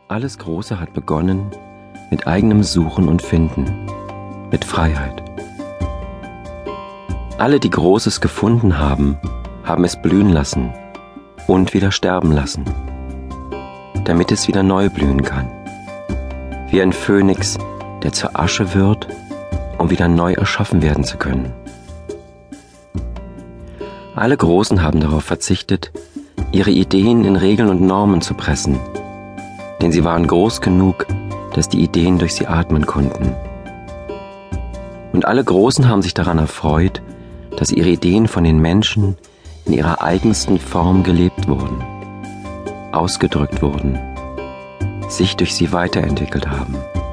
Alles Große hat begonnen mit eigenem Suchen und Finden, mit Freiheit. Alle, die Großes gefunden haben, haben es blühen lassen und wieder sterben lassen, damit es wieder neu blühen kann. Wie ein Phönix, der zur Asche wird, um wieder neu erschaffen werden zu können. Alle Großen haben darauf verzichtet, ihre Ideen in Regeln und Normen zu pressen, denn sie waren groß genug, dass die Ideen durch sie atmen konnten. Und alle Großen haben sich daran erfreut, dass ihre Ideen von den Menschen in ihrer eigensten Form gelebt wurden, ausgedrückt wurden, sich durch sie weiterentwickelt haben.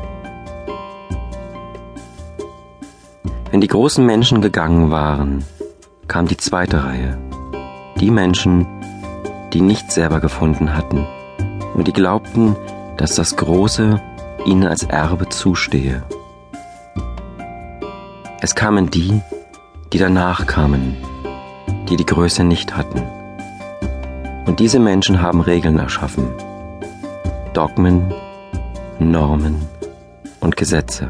Wenn die großen Menschen gegangen waren, kam die zweite Reihe, die Menschen, die nichts selber gefunden hatten und die glaubten, dass das Große ihnen als Erbe zustehe. Es kamen die, die danach kamen, die die Größe nicht hatten. Und diese Menschen haben Regeln erschaffen, Dogmen, Normen und Gesetze.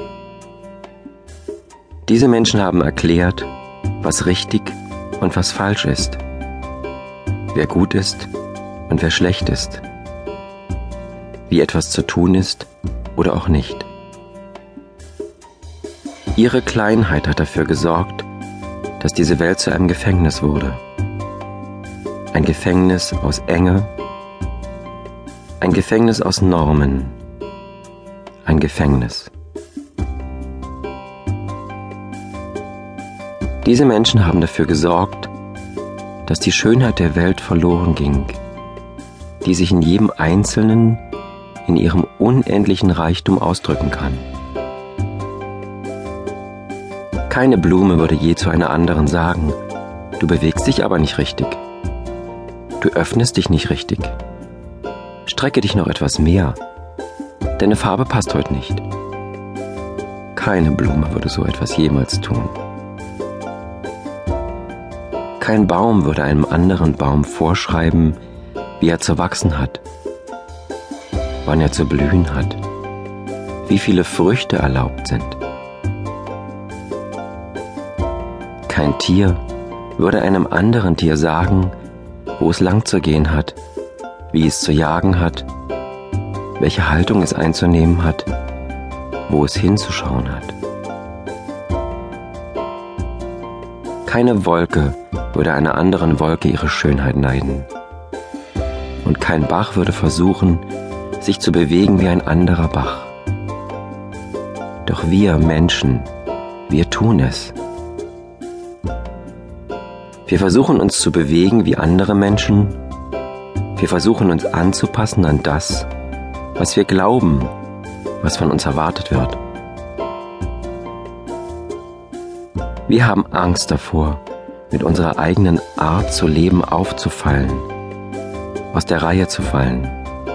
Diese Menschen haben erklärt, was richtig und was falsch ist, wer gut ist und wer schlecht ist, wie etwas zu tun ist oder auch nicht. Ihre Kleinheit hat dafür gesorgt, dass diese Welt zu einem Gefängnis wurde. Ein Gefängnis aus Enge, ein Gefängnis aus Normen, ein Gefängnis. Diese Menschen haben dafür gesorgt, dass die Schönheit der Welt verloren ging, die sich in jedem Einzelnen in ihrem unendlichen Reichtum ausdrücken kann. Keine Blume würde je zu einer anderen sagen, du bewegst dich aber nicht richtig. Du öffnest dich nicht richtig. Strecke dich noch etwas mehr. Deine Farbe passt heute nicht. Keine Blume würde so etwas jemals tun. Kein Baum würde einem anderen Baum vorschreiben, wie er zu wachsen hat, wann er zu blühen hat, wie viele Früchte erlaubt sind. Kein Tier würde einem anderen Tier sagen, wo es lang zu gehen hat, wie es zu jagen hat, welche Haltung es einzunehmen hat, wo es hinzuschauen hat. Keine Wolke würde einer anderen Wolke ihre Schönheit neiden. Und kein Bach würde versuchen, sich zu bewegen wie ein anderer Bach. Doch wir Menschen, wir tun es. Wir versuchen uns zu bewegen wie andere Menschen. Wir versuchen uns anzupassen an das, was wir glauben, was von uns erwartet wird. Wir haben Angst davor, mit unserer eigenen Art zu leben aufzufallen, aus der Reihe zu fallen.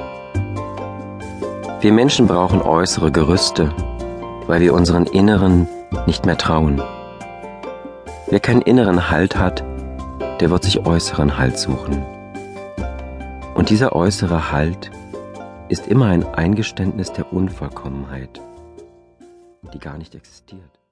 Wir Menschen brauchen äußere Gerüste, weil wir unseren Inneren nicht mehr trauen. Wer keinen inneren Halt hat, der wird sich äußeren Halt suchen. Und dieser äußere Halt ist immer ein Eingeständnis der Unvollkommenheit, die gar nicht existiert.